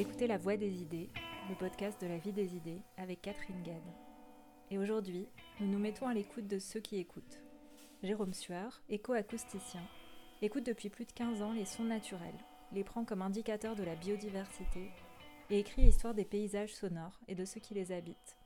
écoutez La Voix des idées, le podcast de la vie des idées avec Catherine Gade. Et aujourd'hui, nous nous mettons à l'écoute de ceux qui écoutent. Jérôme Sueur, éco-acousticien, écoute depuis plus de 15 ans les sons naturels, les prend comme indicateurs de la biodiversité et écrit l'histoire des paysages sonores et de ceux qui les habitent.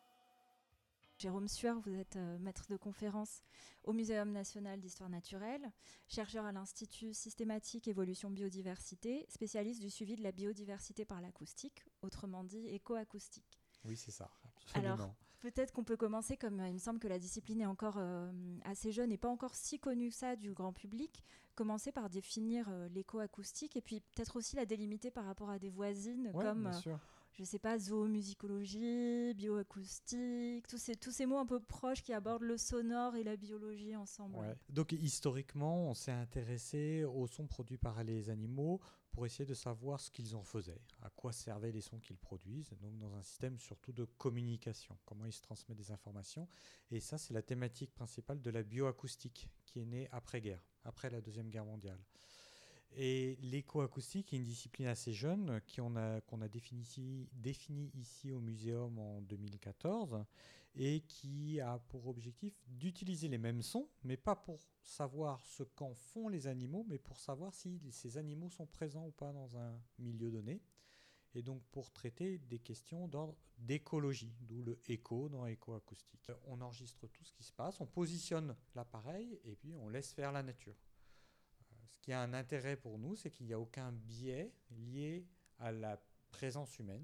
Jérôme Sueur, vous êtes maître de conférence au Muséum national d'histoire naturelle, chercheur à l'Institut systématique évolution biodiversité, spécialiste du suivi de la biodiversité par l'acoustique, autrement dit éco-acoustique. Oui, c'est ça, absolument. Alors, peut-être qu'on peut commencer comme il me semble que la discipline est encore assez jeune et pas encore si connue que ça du grand public, commencer par définir l'éco-acoustique et puis peut-être aussi la délimiter par rapport à des voisines comme... je sais pas, zoomusicologie, bioacoustique, tous ces mots un peu proches qui abordent le sonore et la biologie ensemble. Ouais. Donc historiquement, on s'est intéressé aux sons produits par les animaux pour essayer de savoir ce qu'ils en faisaient, à quoi servaient les sons qu'ils produisent, donc dans un système surtout de communication, comment ils se transmettent des informations. Et ça, c'est la thématique principale de la bioacoustique qui est née après-guerre, après la Deuxième Guerre mondiale. Et l'écoacoustique est une discipline assez jeune qu'on a définie ici au Muséum en 2014 et qui a pour objectif d'utiliser les mêmes sons, mais pas pour savoir ce qu'en font les animaux, mais pour savoir si ces animaux sont présents ou pas dans un milieu donné. Et donc pour traiter des questions d'ordre d'écologie, d'où le écho dans écoacoustique. On enregistre tout ce qui se passe, on positionne l'appareil et puis on laisse faire la nature. Ce qui a un intérêt pour nous, c'est qu'il n'y a aucun biais lié à la présence humaine.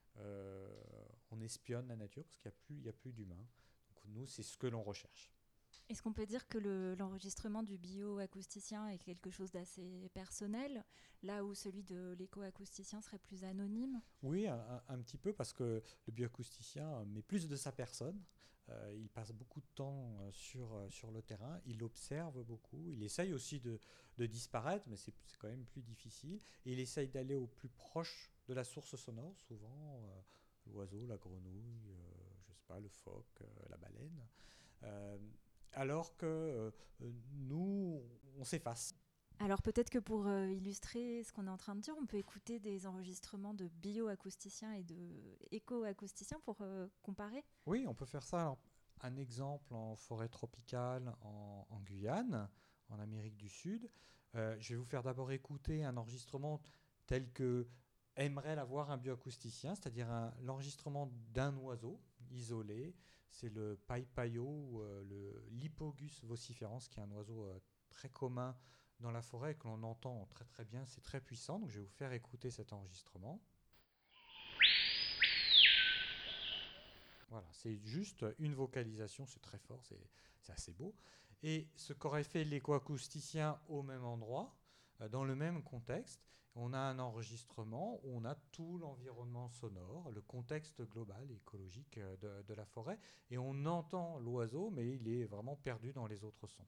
On espionne la nature parce qu'il n'y a plus d'humains. Donc nous, c'est ce que l'on recherche. Est-ce qu'on peut dire que l'enregistrement du bioacousticien est quelque chose d'assez personnel, là où celui de l'écoacousticien serait plus anonyme ? Oui, un petit peu, parce que le bioacousticien met plus de sa personne. Il passe beaucoup de temps sur le terrain, il observe beaucoup, il essaye aussi de disparaître, mais c'est quand même plus difficile. Et il essaye d'aller au plus proche de la source sonore, souvent l'oiseau, la grenouille, je sais pas, le phoque, la baleine. Alors que nous, on s'efface. Alors peut-être que pour illustrer ce qu'on est en train de dire, on peut écouter des enregistrements de bioacousticiens et de éco-acousticiens pour comparer. Oui, on peut faire ça. Alors, un exemple en forêt tropicale en Guyane, en Amérique du Sud. Je vais vous faire d'abord écouter un enregistrement tel que aimerait l'avoir un bioacousticien, c'est-à-dire l'enregistrement d'un oiseau isolé. C'est le paipayo ou le Liphogus vociferans, qui est un oiseau très commun dans la forêt et que l'on entend très très bien. C'est très puissant, donc je vais vous faire écouter cet enregistrement. Voilà, c'est juste une vocalisation, c'est très fort, c'est assez beau. Et ce qu'aurait fait l'écoacousticien au même endroit, dans le même contexte, on a un enregistrement où on a tout l'environnement sonore, le contexte global écologique de la forêt, et on entend l'oiseau, mais il est vraiment perdu dans les autres sons.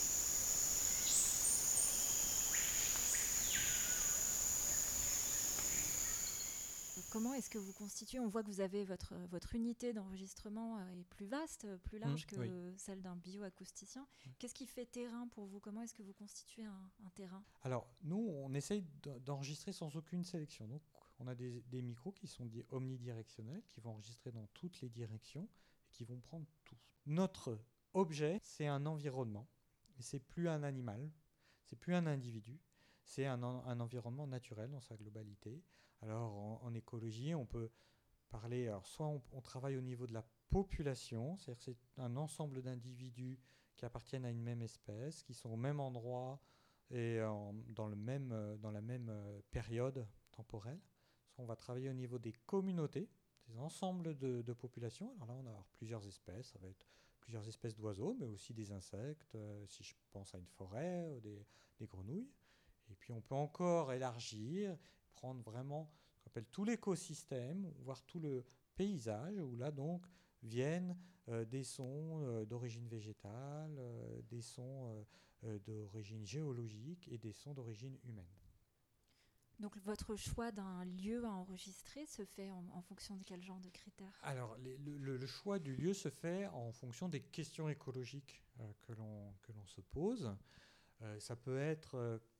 Comment est-ce que vous constituez ? On voit que vous avez votre unité d'enregistrement est plus vaste, plus large que celle d'un bioacousticien. Qu'est-ce qui fait terrain pour vous ? Comment est-ce que vous constituez un terrain ? Alors, nous, on essaye d'enregistrer sans aucune sélection. Donc, on a des micros qui sont dits omnidirectionnels, qui vont enregistrer dans toutes les directions et qui vont prendre tout. Notre objet, c'est un environnement. Et c'est plus un animal, c'est plus un individu, c'est un environnement naturel dans sa globalité. Alors, en écologie, on peut parler, alors soit on travaille au niveau de la population, c'est-à-dire que c'est un ensemble d'individus qui appartiennent à une même espèce, qui sont au même endroit et dans la même période temporelle. Soit on va travailler au niveau des communautés, des ensembles de populations. Alors là, on a plusieurs espèces, ça va être plusieurs espèces d'oiseaux, mais aussi des insectes, si je pense à une forêt, des grenouilles. Et puis on peut encore élargir, prendre vraiment ce qu'on appelle tout l'écosystème, voir tout le paysage, où là donc viennent des sons d'origine végétale, des sons d'origine géologique et des sons d'origine humaine. Donc votre choix d'un lieu à enregistrer se fait en fonction de quel genre de critères ? Alors le choix du lieu se fait en fonction des questions écologiques que l'on se pose. Ça peut être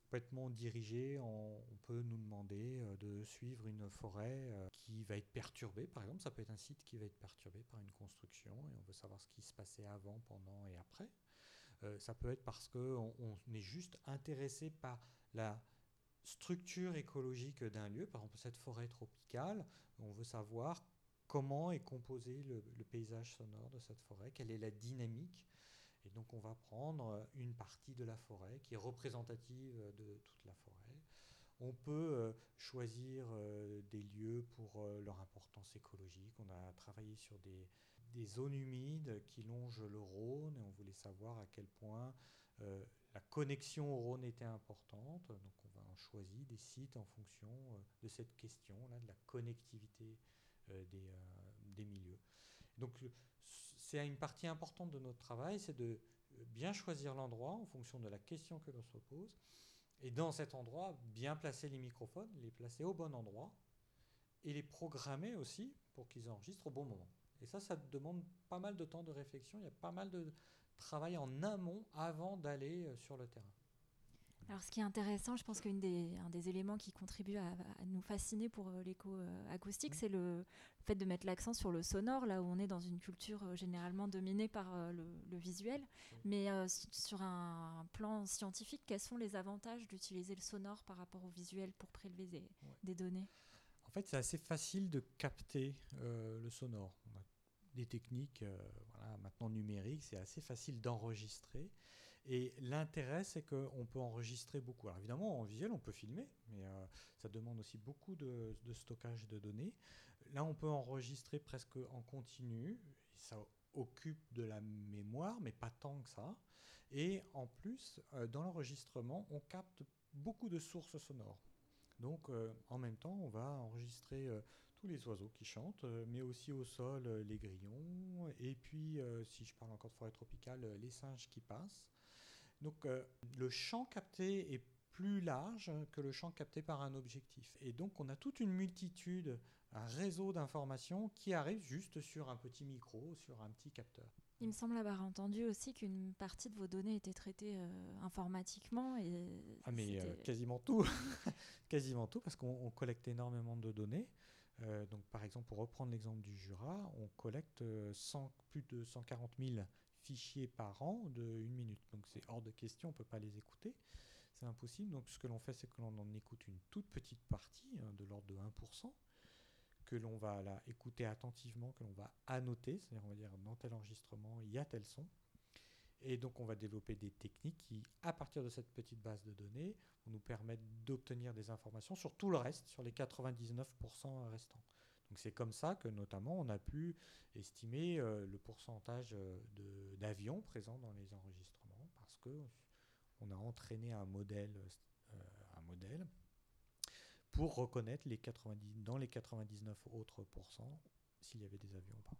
complètement dirigé. On peut nous demander de suivre une forêt qui va être perturbée, par exemple. Ça peut être un site qui va être perturbé par une construction et on veut savoir ce qui se passait avant, pendant et après. Ça peut être parce qu'on est juste intéressé par la structure écologique d'un lieu, par exemple cette forêt tropicale. On veut savoir comment est composé le paysage sonore de cette forêt, quelle est la dynamique. Et donc on va prendre une partie de la forêt qui est représentative de toute la forêt. On peut choisir des lieux pour leur importance écologique. On a travaillé sur des zones humides qui longent le Rhône et on voulait savoir à quel point la connexion au Rhône était importante. Donc on choisit des sites en fonction de cette question-là, de la connectivité des milieux. Donc c'est une partie importante de notre travail, c'est de bien choisir l'endroit en fonction de la question que l'on se pose. Et dans cet endroit, bien placer les microphones, les placer au bon endroit et les programmer aussi pour qu'ils enregistrent au bon moment. Et ça demande pas mal de temps de réflexion. Il y a pas mal de travail en amont avant d'aller sur le terrain. Alors, ce qui est intéressant, je pense qu'un des éléments qui contribue à nous fasciner pour l'éco-acoustique, c'est le fait de mettre l'accent sur le sonore, là où on est dans une culture généralement dominée par le visuel. Oui. Mais sur un plan scientifique, quels sont les avantages d'utiliser le sonore par rapport au visuel pour prélever des données ? En fait, c'est assez facile de capter le sonore. On a des techniques maintenant numériques, c'est assez facile d'enregistrer. Et l'intérêt, c'est qu'on peut enregistrer beaucoup. Alors évidemment, en visuel, on peut filmer, mais ça demande aussi beaucoup de stockage de données. Là, on peut enregistrer presque en continu. Ça occupe de la mémoire, mais pas tant que ça. Et en plus, dans l'enregistrement, on capte beaucoup de sources sonores. Donc, en même temps, on va enregistrer tous les oiseaux qui chantent, mais aussi au sol, les grillons. Et puis, si je parle encore de forêt tropicale, les singes qui passent. Donc le champ capté est plus large que le champ capté par un objectif. Et donc on a toute une multitude, un réseau d'informations qui arrive juste sur un petit micro, sur un petit capteur. Il me semble avoir entendu aussi qu'une partie de vos données était traitée informatiquement. Quasiment tout. Quasiment tout, parce qu'on collecte énormément de données. Donc par exemple, pour reprendre l'exemple du Jura, on collecte plus de 140 000 fichiers par an de 1 minute. Donc c'est hors de question, on ne peut pas les écouter. C'est impossible. Donc ce que l'on fait, c'est que l'on en écoute une toute petite partie, de l'ordre de 1%, que l'on va écouter attentivement, que l'on va annoter, c'est-à-dire on va dire dans tel enregistrement, il y a tel son. Et donc on va développer des techniques qui, à partir de cette petite base de données, vont nous permettre d'obtenir des informations sur tout le reste, sur les 99% restants. Donc c'est comme ça que notamment on a pu estimer le pourcentage d'avions présents dans les enregistrements, parce qu'on a entraîné un modèle pour reconnaître dans les 99 autres pourcents s'il y avait des avions ou pas.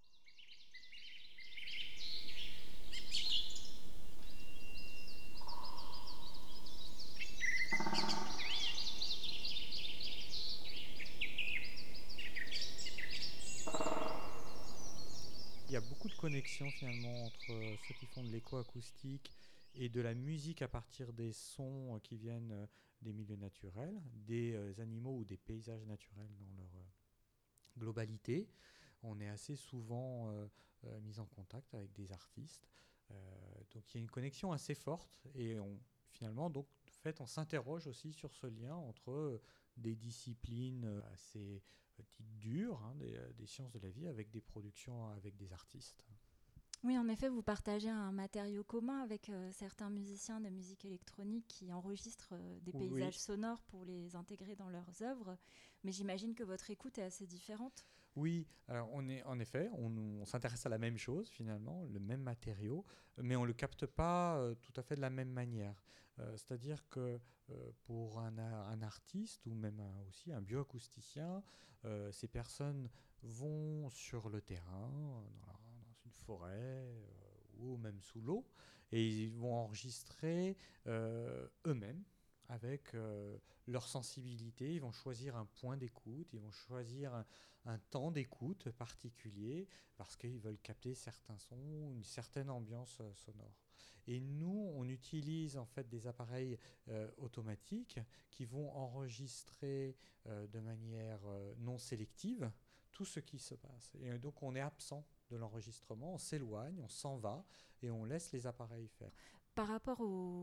Il y a beaucoup de connexions finalement entre ceux qui font de l'éco-acoustique et de la musique à partir des sons qui viennent des milieux naturels, des animaux ou des paysages naturels dans leur globalité. On est assez souvent mis en contact avec des artistes. Donc il y a une connexion assez forte et finalement, donc, on s'interroge aussi sur ce lien entre des disciplines assez dites dures, des sciences de la vie, avec des productions avec des artistes. Oui, en effet, vous partagez un matériau commun avec certains musiciens de musique électronique qui enregistrent des paysages sonores pour les intégrer dans leurs œuvres. Mais j'imagine que votre écoute est assez différente. Oui, alors on s'intéresse à la même chose finalement, le même matériau, mais on ne le capte pas tout à fait de la même manière. C'est-à-dire que pour un artiste ou même aussi un bioacousticien, ces personnes vont sur le terrain, dans une forêt ou même sous l'eau, et ils vont enregistrer eux-mêmes avec leur sensibilité. Ils vont choisir un point d'écoute, ils vont choisir un temps d'écoute particulier parce qu'ils veulent capter certains sons, une certaine ambiance sonore. Et nous, on utilise en fait des appareils automatiques qui vont enregistrer de manière non sélective tout ce qui se passe. Et donc on est absent de l'enregistrement, on s'éloigne, on s'en va et on laisse les appareils faire. Par rapport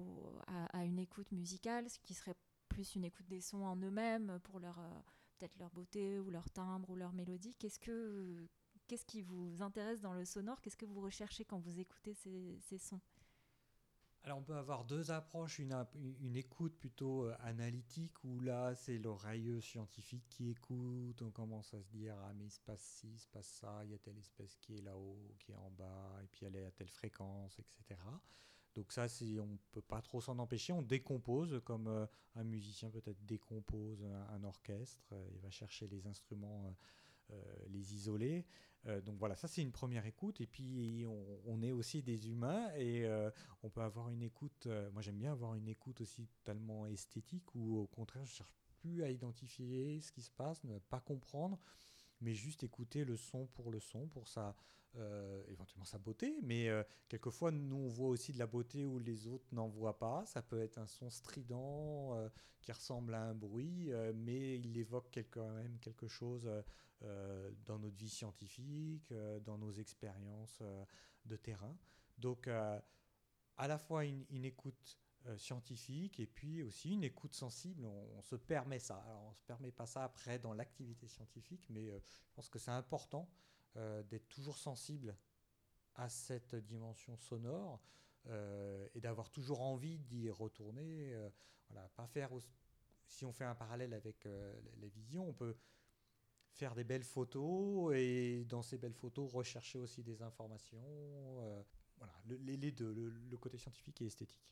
à une écoute musicale, ce qui serait plus une écoute des sons en eux-mêmes pour peut-être leur beauté ou leur timbre ou leur mélodie, qu'est-ce qui vous intéresse dans le sonore? Qu'est-ce que vous recherchez quand vous écoutez ces sons? Alors on peut avoir deux approches, une écoute plutôt analytique où là c'est l'oreille scientifique qui écoute, on commence à se dire ah mais il se passe ci, il se passe ça, il y a telle espèce qui est là-haut, qui est en bas, et puis elle est à telle fréquence, etc. Donc ça on ne peut pas trop s'en empêcher, on décompose comme un musicien peut-être décompose un orchestre, il va chercher les instruments les isoler. Donc voilà, ça c'est une première écoute. Et puis on est aussi des humains et on peut avoir une écoute. Moi j'aime bien avoir une écoute aussi totalement esthétique où au contraire je cherche plus à identifier ce qui se passe, ne pas comprendre, mais juste écouter le son, pour sa, éventuellement sa beauté. Mais quelquefois, nous, on voit aussi de la beauté où les autres n'en voient pas. Ça peut être un son strident qui ressemble à un bruit, mais il évoque quand même quelque chose dans notre vie scientifique, dans nos expériences de terrain. Donc, à la fois une écoute scientifique et puis aussi une écoute sensible. On se permet ça. Alors, on ne se permet pas ça après dans l'activité scientifique, mais je pense que c'est important d'être toujours sensible à cette dimension sonore et d'avoir toujours envie d'y retourner. Voilà, pas faire si on fait un parallèle avec la vision, on peut faire des belles photos et dans ces belles photos rechercher aussi des informations. Voilà, les deux, le côté scientifique et esthétique.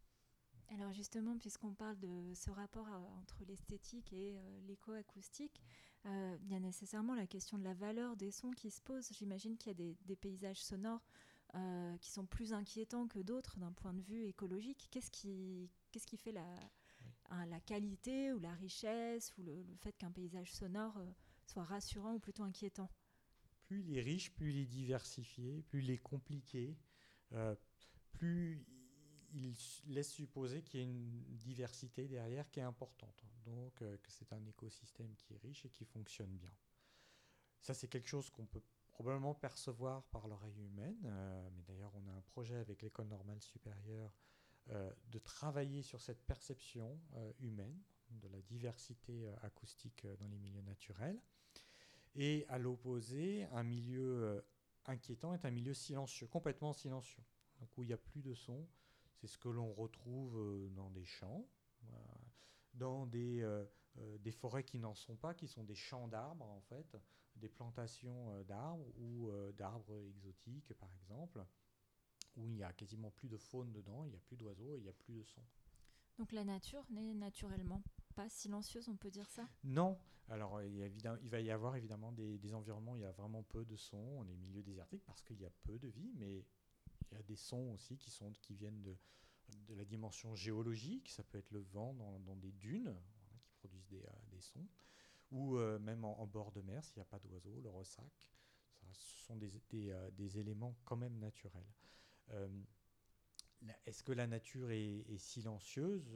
Alors justement, puisqu'on parle de ce rapport entre l'esthétique et l'écoacoustique, il y a nécessairement la question de la valeur des sons qui se pose. J'imagine qu'il y a des paysages sonores qui sont plus inquiétants que d'autres d'un point de vue écologique. Qu'est-ce qui fait la qualité ou la richesse ou le fait qu'un paysage sonore soit rassurant ou plutôt inquiétant? Plus il est riche, plus il est diversifié, plus il est compliqué, euh, plus il laisse supposer qu'il y a une diversité derrière qui est importante. Donc que c'est un écosystème qui est riche et qui fonctionne bien. Ça, c'est quelque chose qu'on peut probablement percevoir par l'oreille humaine. Mais d'ailleurs, on a un projet avec l'École normale supérieure de travailler sur cette perception humaine de la diversité acoustique dans les milieux naturels. Et à l'opposé, un milieu inquiétant est un milieu silencieux, complètement silencieux, donc où il n'y a plus de son. C'est ce que l'on retrouve dans des champs, dans des forêts qui n'en sont pas, qui sont des champs d'arbres en fait, des plantations d'arbres ou d'arbres exotiques par exemple, où il n'y a quasiment plus de faune dedans, il n'y a plus d'oiseaux et il n'y a plus de son. Donc la nature n'est naturellement pas silencieuse, on peut dire ça? Non, alors il va y avoir évidemment des environnements où il y a vraiment peu de sons, on est milieu désertique parce qu'il y a peu de vie, mais il y a des sons aussi qui viennent de la dimension géologique, ça peut être le vent dans des dunes voilà, qui produisent des sons, ou même en bord de mer s'il n'y a pas d'oiseaux, le ressac, ça, ce sont des éléments quand même naturels. Euh, Est-ce que la nature est silencieuse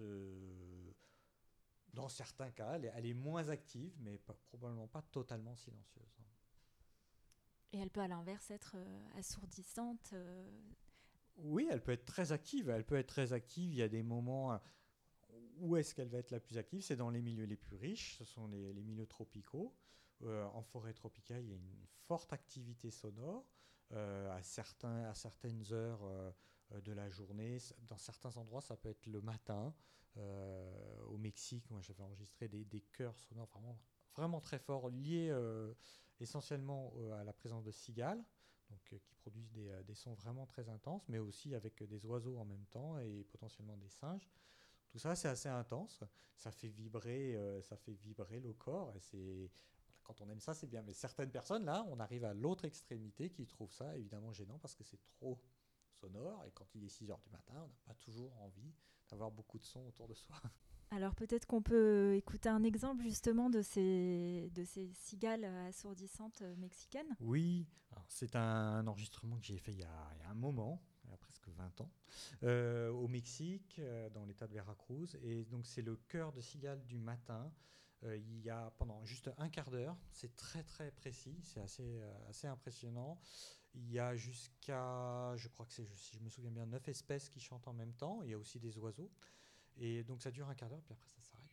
Dans certains cas, elle est moins active, mais probablement pas totalement silencieuse. Et elle peut à l'inverse être assourdissante. Oui, elle peut être très active. Elle peut être très active. Il y a des moments où est-ce qu'elle va être la plus active. C'est dans les milieux les plus riches. Ce sont les milieux tropicaux. En forêt tropicale, il y a une forte activité sonore à certaines heures de la journée. Dans certains endroits, ça peut être le matin. Au Mexique, moi, j'avais enregistré des chœurs sonores vraiment très forts, liés essentiellement à la présence de cigales, donc, qui produisent des sons vraiment très intenses, mais aussi avec des oiseaux en même temps et potentiellement des singes. Tout ça, c'est assez intense. Ça fait vibrer le corps. Quand on aime ça, c'est bien. Mais certaines personnes, là, on arrive à l'autre extrémité qui trouvent ça évidemment gênant parce que c'est trop sonore. Et quand il est 6 heures du matin, on n'a pas toujours envie d'avoir beaucoup de sons autour de soi. Alors peut-être qu'on peut écouter un exemple justement de ces cigales assourdissantes mexicaines. Oui, alors, c'est un enregistrement que j'ai fait il y a un moment, il y a presque 20 ans, au Mexique, dans l'état de Veracruz. Et donc c'est le chœur de cigale du matin. Il y a pendant juste un quart d'heure, c'est très très précis, c'est assez impressionnant. Il y a jusqu'à, je crois que c'est, si je me souviens bien, 9 espèces qui chantent en même temps. Il y a aussi des oiseaux. Et donc ça dure un quart d'heure, puis après ça s'arrête.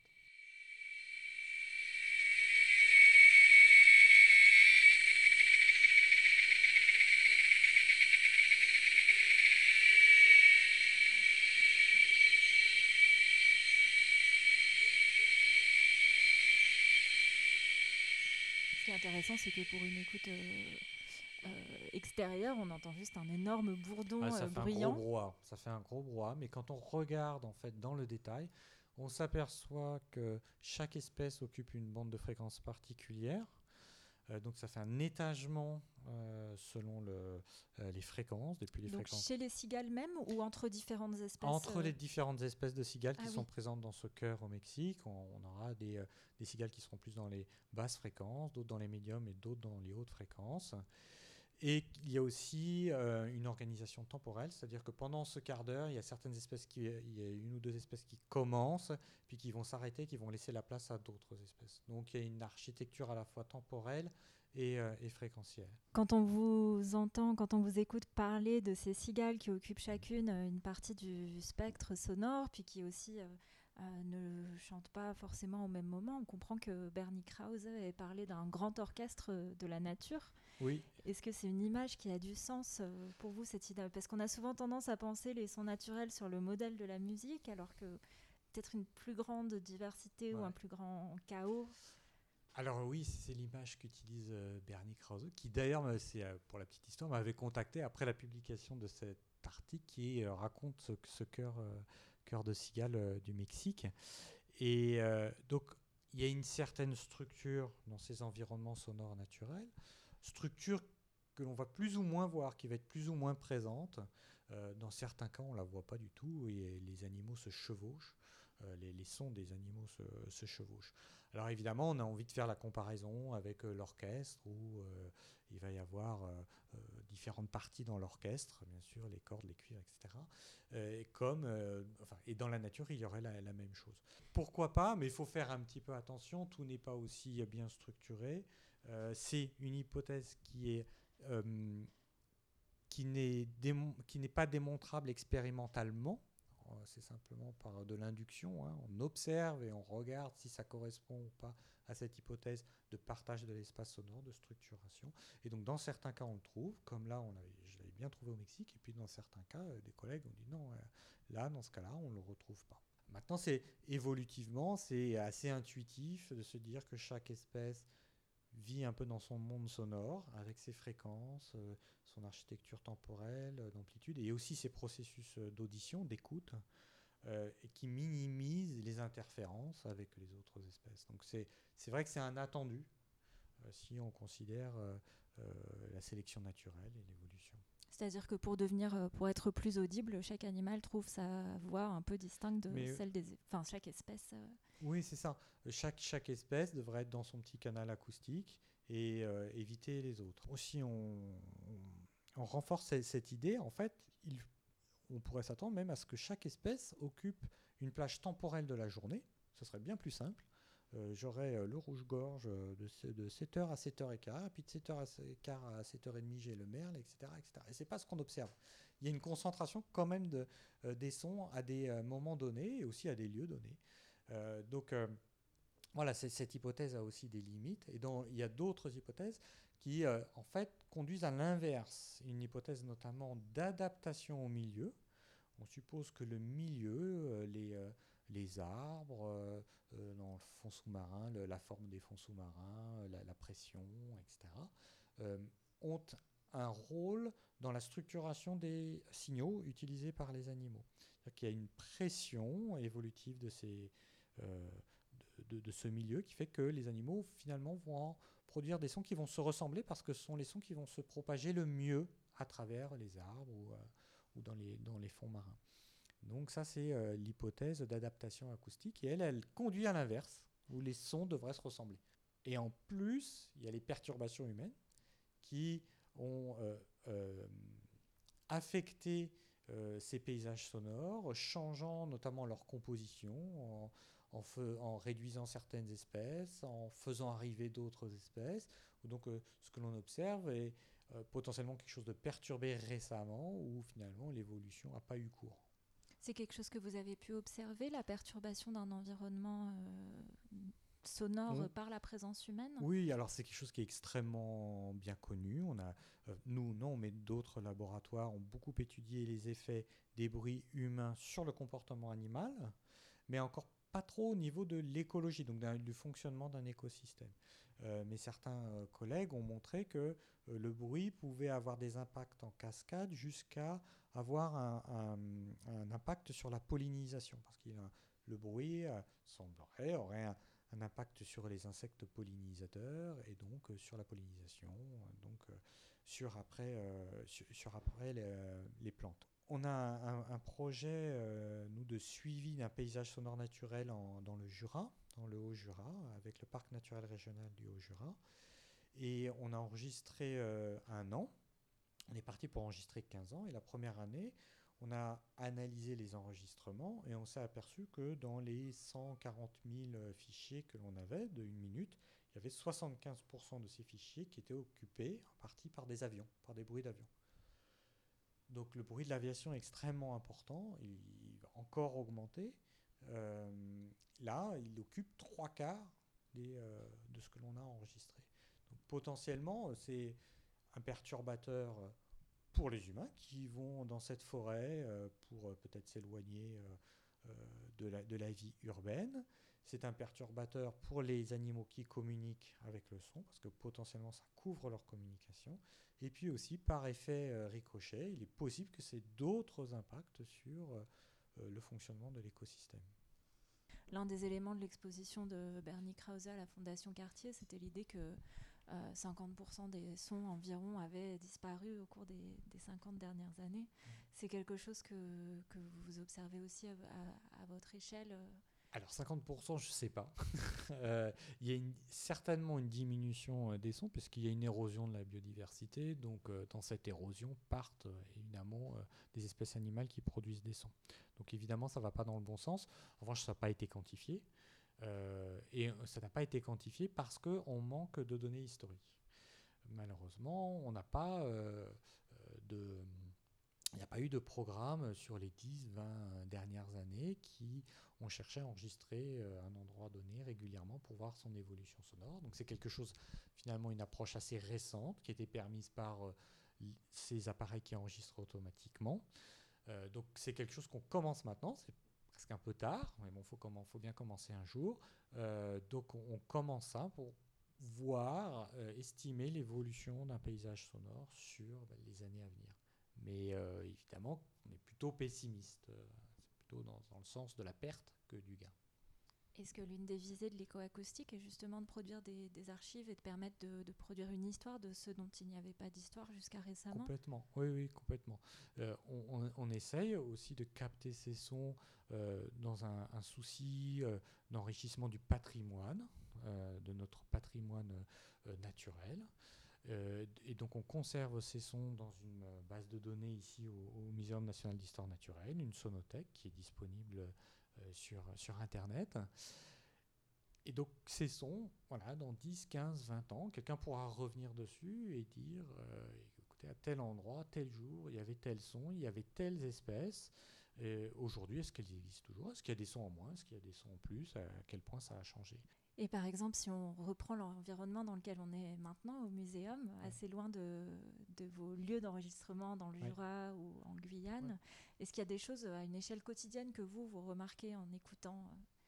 Ce qui est intéressant, c'est que pour une écoute extérieure, on entend juste un énorme bourdon Ça fait un gros bruyant. brouhaha. Ça fait un gros brouhaha, mais quand on regarde en fait dans le détail, on s'aperçoit que chaque espèce occupe une bande de fréquence particulière. Donc ça fait un étagement selon les fréquences, depuis les Donc fréquences chez les cigales même ou entre différentes espèces entre les différentes espèces de cigales Ah qui oui, sont présentes dans ce chœur au Mexique. On aura des cigales qui seront plus dans les basses fréquences, d'autres dans les médiums et d'autres dans les hautes fréquences. Et il y a aussi une organisation temporelle, c'est-à-dire que pendant ce quart d'heure, il y a certaines espèces il y a une ou deux espèces qui commencent, puis qui vont s'arrêter, qui vont laisser la place à d'autres espèces. Donc il y a une architecture à la fois temporelle et fréquentielle. quand on vous entend, quand on vous écoute parler de ces cigales qui occupent chacune une partie du spectre sonore, puis qui aussi ne chantent pas forcément au même moment, on comprend que Bernie Krause ait parlé d'un grand orchestre de la nature. Oui, Est-ce que c'est une image qui a du sens pour vous, cette idée? Parce qu'on a souvent tendance à penser les sons naturels sur le modèle de la musique, alors que peut-être une plus grande diversité ou un ouais. plus grand chaos. Alors oui, c'est l'image qu'utilise Bernie Krause, qui d'ailleurs, pour la petite histoire, m'avait contacté après la publication de cet article qui raconte ce chœur de cigale du Mexique. Et donc, il y a une certaine structure dans ces environnements sonores naturels, structure que l'on va plus ou moins voir, qui va être plus ou moins présente. Dans certains cas, on ne la voit pas du tout et les animaux se chevauchent. Les sons des animaux se chevauchent. Alors évidemment, on a envie de faire la comparaison avec l'orchestre où il va y avoir différentes parties dans l'orchestre, bien sûr, les cordes, les cuivres, etc. Et dans la nature, il y aurait la même chose. Pourquoi pas, mais il faut faire un petit peu attention, tout n'est pas aussi bien structuré. C'est une hypothèse euh, qui n'est pas démontrable expérimentalement. C'est simplement par de l'induction. Hein. On observe et on regarde si ça correspond ou pas à cette hypothèse de partage de l'espace sonore, de structuration. Et donc, dans certains cas, on le trouve, comme là, je l'avais bien trouvé au Mexique. Et puis, dans certains cas, des collègues ont dit non, là, dans ce cas-là, on ne le retrouve pas. Maintenant, c'est évolutivement, c'est assez intuitif de se dire que chaque espèce vit un peu dans son monde sonore, avec ses fréquences, son architecture temporelle, d'amplitude, et aussi ses processus d'audition, d'écoute, et qui minimisent les interférences avec les autres espèces. Donc c'est vrai que c'est un attendu si on considère la sélection naturelle et l'évolution. C'est-à-dire que pour être plus audible, chaque animal trouve sa voix un peu distincte de Mais celle des, enfin chaque espèce. oui, c'est ça. Chaque espèce devrait être dans son petit canal acoustique et éviter les autres. Aussi, on renforce cette idée. En fait, on pourrait s'attendre même à ce que chaque espèce occupe une plage temporelle de la journée. Ce serait bien plus simple. J'aurais le rouge-gorge de 7h à 7h15, puis de 7h15 à 7h30, j'ai le merle, etc. etc. Et ce n'est pas ce qu'on observe. Il y a une concentration quand même des sons à des moments donnés et aussi à des lieux donnés. Donc voilà, cette hypothèse a aussi des limites. Et il y a d'autres hypothèses qui, en fait, conduisent à l'inverse. Une hypothèse notamment d'adaptation au milieu. On suppose que le milieu, les arbres, dans le fond sous-marin, la forme des fonds sous-marins, la pression, etc., euh, ont un rôle dans la structuration des signaux utilisés par les animaux. C'est-à-dire qu'il y a une pression évolutive euh, de ce milieu qui fait que les animaux finalement vont produire des sons qui vont se ressembler parce que ce sont les sons qui vont se propager le mieux à travers les arbres ou dans les fonds marins. Donc ça, c'est l'hypothèse d'adaptation acoustique. Et elle conduit à l'inverse, où les sons devraient se ressembler. Et en plus, il y a les perturbations humaines qui ont affecté ces paysages sonores, changeant notamment leur composition, en réduisant certaines espèces, en faisant arriver d'autres espèces. Donc ce que l'on observe est potentiellement quelque chose de perturbé récemment, où finalement l'évolution n'a pas eu cours. C'est quelque chose que vous avez pu observer, la perturbation d'un environnement sonore par la présence humaine ? Oui, alors c'est quelque chose qui est extrêmement bien connu. Nous, non, mais d'autres laboratoires ont beaucoup étudié les effets des bruits humains sur le comportement animal, mais encore pas trop au niveau de l'écologie, donc du fonctionnement d'un écosystème. Mais certains collègues ont montré que le bruit pouvait avoir des impacts en cascade jusqu'à avoir un impact sur la pollinisation, parce que le bruit semblerait aurait un impact sur les insectes pollinisateurs et donc sur la pollinisation, donc sur après les plantes. On a un projet, nous, de suivi d'un paysage sonore naturel dans le Jura, dans le Haut-Jura, avec le parc naturel régional du Haut-Jura. Et on a enregistré 1 an. On est parti pour enregistrer 15 ans. Et la première année, on a analysé les enregistrements et on s'est aperçu que dans les 140 000 fichiers que l'on avait de 1 minute, il y avait 75% de ces fichiers qui étaient occupés en partie par des avions, par des bruits d'avions. Donc le bruit de l'aviation est extrêmement important, il va encore augmenter. Là, il occupe 3/4 de ce que l'on a enregistré. Donc potentiellement, c'est un perturbateur pour les humains qui vont dans cette forêt pour peut-être s'éloigner de la vie urbaine. C'est un perturbateur pour les animaux qui communiquent avec le son, parce que potentiellement ça couvre leur communication. Et puis aussi, par effet ricochet, il est possible que c'est d'autres impacts sur le fonctionnement de l'écosystème. L'un des éléments de l'exposition de Bernie Krause à la Fondation Cartier, c'était l'idée que 50% des sons environ avaient disparu au cours des 50 dernières années. C'est quelque chose que vous observez aussi à votre échelle Alors 50%, je ne sais pas. Il y a certainement une diminution des sons, puisqu'il y a une érosion de la biodiversité. Donc dans cette érosion partent évidemment des espèces animales qui produisent des sons. Donc évidemment, ça ne va pas dans le bon sens. En revanche, ça n'a pas été quantifié. Et ça n'a pas été quantifié parce qu'on manque de données historiques. Malheureusement, on n'a pas il n'y a pas eu de programme sur les 10-20 dernières années qui ont cherché à enregistrer un endroit donné régulièrement pour voir son évolution sonore. Donc c'est quelque chose, finalement, une approche assez récente qui a été permise par ces appareils qui enregistrent automatiquement. Donc c'est quelque chose qu'on commence maintenant, c'est presque un peu tard, mais bon, faut bien commencer un jour. Donc on commence ça pour voir, estimer l'évolution d'un paysage sonore sur les années à venir. Mais évidemment, on est plutôt pessimiste. C'est plutôt dans le sens de la perte que du gain. Est-ce que l'une des visées de l'écoacoustique est justement de produire des archives et de permettre de produire une histoire de ce dont il n'y avait pas d'histoire jusqu'à récemment ? Complètement, oui, complètement. On essaye aussi de capter ces sons dans un souci d'enrichissement du patrimoine, de notre patrimoine naturel. Et donc on conserve ces sons dans une base de données ici au Muséum national d'histoire naturelle, une sonothèque qui est disponible sur Internet. Et donc ces sons, voilà, dans 10, 15, 20 ans, quelqu'un pourra revenir dessus et dire écoutez, à tel endroit, tel jour, il y avait tel son, il y avait telles espèces. Et aujourd'hui, est-ce qu'elles existent toujours ? Est-ce qu'il y a des sons en moins ? Est-ce qu'il y a des sons en plus ? À quel point ça a changé ? Et par exemple, si on reprend l'environnement dans lequel on est maintenant, au muséum, assez loin de vos lieux d'enregistrement dans le Jura ou en Guyane, est-ce qu'il y a des choses à une échelle quotidienne que vous remarquez en écoutant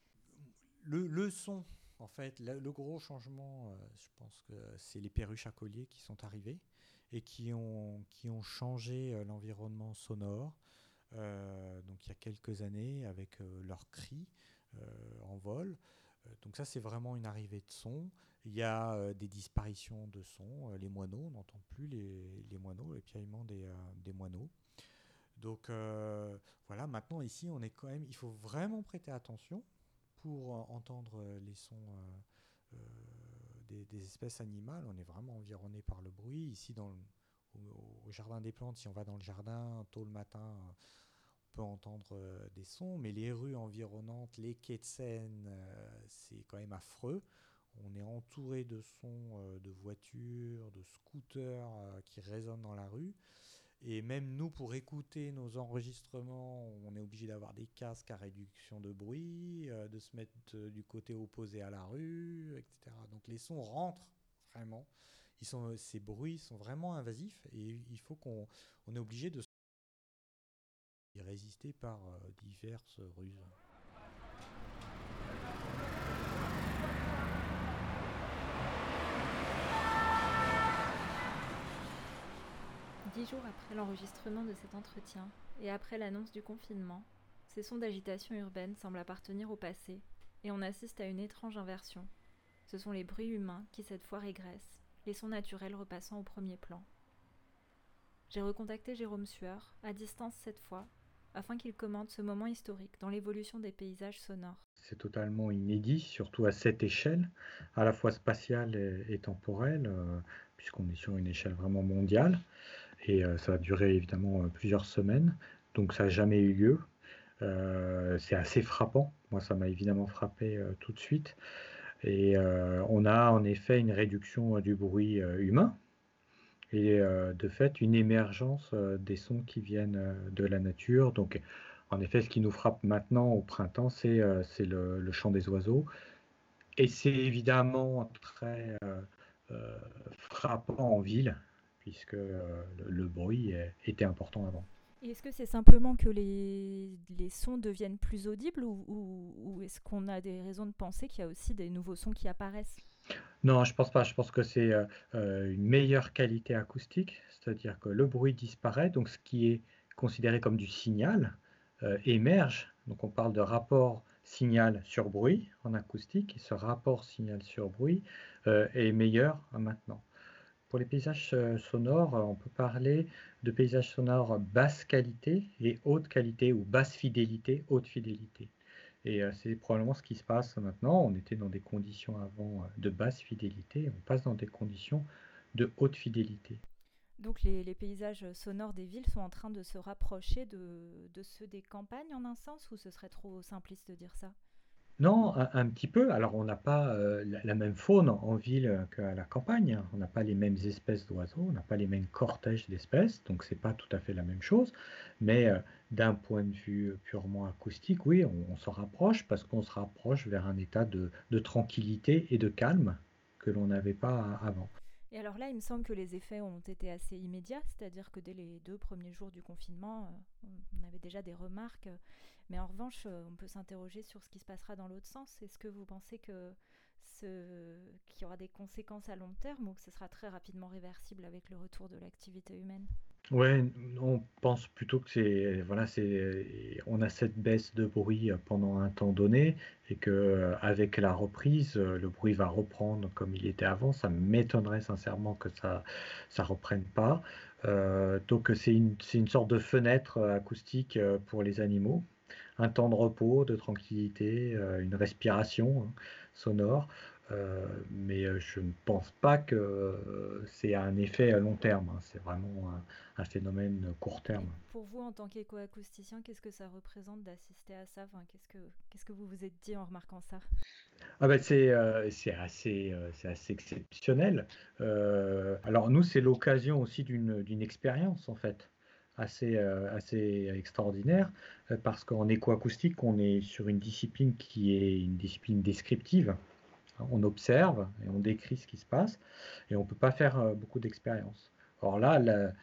le son, en fait, le gros changement, je pense que c'est les perruches à collier qui sont arrivées et qui ont changé l'environnement sonore. Donc il y a quelques années, avec leurs cris en vol. Donc ça, c'est vraiment une arrivée de son. Il y a des disparitions de sons. Les moineaux, on n'entend plus les moineaux, les piaillements des moineaux. Donc voilà, maintenant ici, on est quand même, il faut vraiment prêter attention pour entendre les sons euh, des espèces animales. On est vraiment environné par le bruit. Ici, au jardin des plantes, si on va dans le jardin tôt le matin, on peut entendre des sons, mais les rues environnantes, les quais de Seine, c'est quand même affreux. On est entouré de sons de voitures, de scooters qui résonnent dans la rue. Et même nous, pour écouter nos enregistrements, on est obligé d'avoir des casques à réduction de bruit, de se mettre du côté opposé à la rue, etc. Donc les sons rentrent vraiment. Ces bruits sont vraiment invasifs et il faut on est obligé de y résister par diverses ruses. 10 jours après l'enregistrement de cet entretien et après l'annonce du confinement, ces sons d'agitation urbaine semblent appartenir au passé et on assiste à une étrange inversion. Ce sont les bruits humains qui cette fois régressent, les sons naturels repassant au premier plan. J'ai recontacté Jérôme Sueur, à distance cette fois, afin qu'il commente ce moment historique dans l'évolution des paysages sonores. C'est totalement inédit, surtout à cette échelle, à la fois spatiale et temporelle, puisqu'on est sur une échelle vraiment mondiale. Et ça a duré évidemment plusieurs semaines, donc ça n'a jamais eu lieu. C'est assez frappant, moi ça m'a évidemment frappé tout de suite. Et on a en effet une réduction du bruit humain et de fait une émergence des sons qui viennent de la nature. Donc en effet, ce qui nous frappe maintenant au printemps, c'est le chant des oiseaux. Et c'est évidemment très frappant en ville, puisque le bruit était important avant. Et est-ce que c'est simplement que les sons deviennent plus audibles ou est-ce qu'on a des raisons de penser qu'il y a aussi des nouveaux sons qui apparaissent ? Non, je pense pas. Je pense que c'est une meilleure qualité acoustique, c'est-à-dire que le bruit disparaît, donc ce qui est considéré comme du signal émerge. Donc on parle de rapport signal sur bruit en acoustique, et ce rapport signal sur bruit est meilleur maintenant. Pour les paysages sonores, on peut parler de paysages sonores basse qualité et haute qualité, ou basse fidélité, haute fidélité. Et c'est probablement ce qui se passe maintenant. On était dans des conditions avant de basse fidélité, on passe dans des conditions de haute fidélité. Donc les paysages sonores des villes sont en train de se rapprocher de ceux des campagnes en un sens, ou ce serait trop simpliste de dire ça ? Non, un petit peu. Alors, on n'a pas la même faune en ville qu'à la campagne, hein. On n'a pas les mêmes espèces d'oiseaux, on n'a pas les mêmes cortèges d'espèces, donc c'est pas tout à fait la même chose. Mais d'un point de vue purement acoustique, oui, on s'en rapproche parce qu'on se rapproche vers un état de tranquillité et de calme que l'on n'avait pas avant. Et alors là, il me semble que les effets ont été assez immédiats, c'est-à-dire que dès les 2 premiers jours du confinement, on avait déjà des remarques. Mais en revanche, on peut s'interroger sur ce qui se passera dans l'autre sens. Est-ce que vous pensez qu'il y aura des conséquences à long terme ou que ce sera très rapidement réversible avec le retour de l'activité humaine ? Ouais, on pense plutôt que on a cette baisse de bruit pendant un temps donné et que avec la reprise, le bruit va reprendre comme il était avant. Ça m'étonnerait sincèrement que ça reprenne pas. Donc c'est une sorte de fenêtre acoustique pour les animaux, un temps de repos, de tranquillité, une respiration sonore. Mais je ne pense pas que c'est un effet à long terme, hein. C'est vraiment un phénomène court Et terme. pour vous, en tant qu'éco-acousticien, qu'est-ce que ça représente d'assister à ça ? Enfin, qu'est-ce que vous vous êtes dit en remarquant ça ? Ah ben c'est assez exceptionnel. Alors nous, c'est l'occasion aussi d'une expérience en fait assez extraordinaire parce qu'en écoacoustique, on est sur une discipline qui est une discipline descriptive. On observe et on décrit ce qui se passe et on ne peut pas faire beaucoup d'expériences. Or là,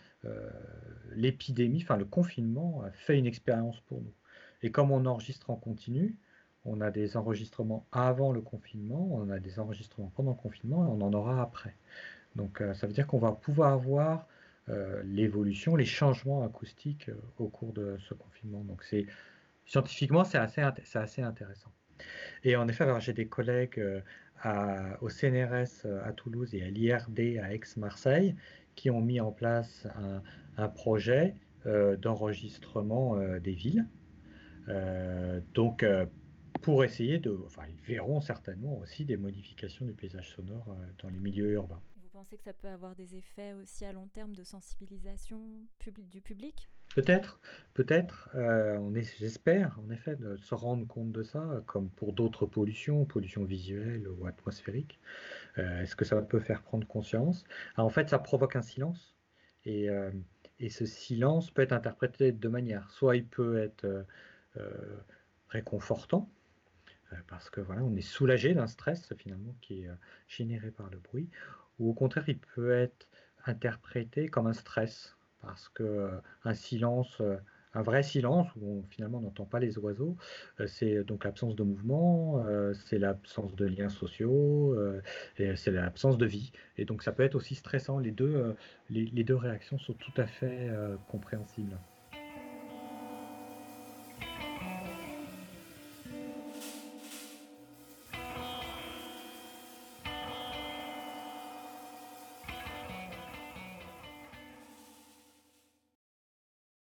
l'épidémie, enfin le confinement a fait une expérience pour nous. Et comme on enregistre en continu, on a des enregistrements avant le confinement, on a des enregistrements pendant le confinement et on en aura après. Donc ça veut dire qu'on va pouvoir voir l'évolution, les changements acoustiques au cours de ce confinement. Donc scientifiquement, c'est assez intéressant. Et en effet, alors j'ai des collègues au CNRS à Toulouse et à l'IRD à Aix-Marseille qui ont mis en place un projet d'enregistrement des villes. Donc, pour essayer ils verront certainement aussi des modifications du paysage sonore dans les milieux urbains. Vous pensez que ça peut avoir des effets aussi à long terme de sensibilisation du public ? Peut-être, j'espère en effet de se rendre compte de ça, comme pour d'autres pollutions visuelles ou atmosphériques. Est-ce que ça peut faire prendre conscience? En fait, ça provoque un silence, et, euh, et ce silence peut être interprété de deux manières. Soit il peut être euh, réconfortant, parce que voilà, on est soulagé d'un stress finalement qui est généré par le bruit, ou au contraire, il peut être interprété comme un stress, parce que un silence, un vrai silence où finalement on n'entend pas les oiseaux, c'est donc l'absence de mouvement, c'est l'absence de liens sociaux, et c'est l'absence de vie. Et donc ça peut être aussi stressant. Les deux réactions sont tout à fait compréhensibles.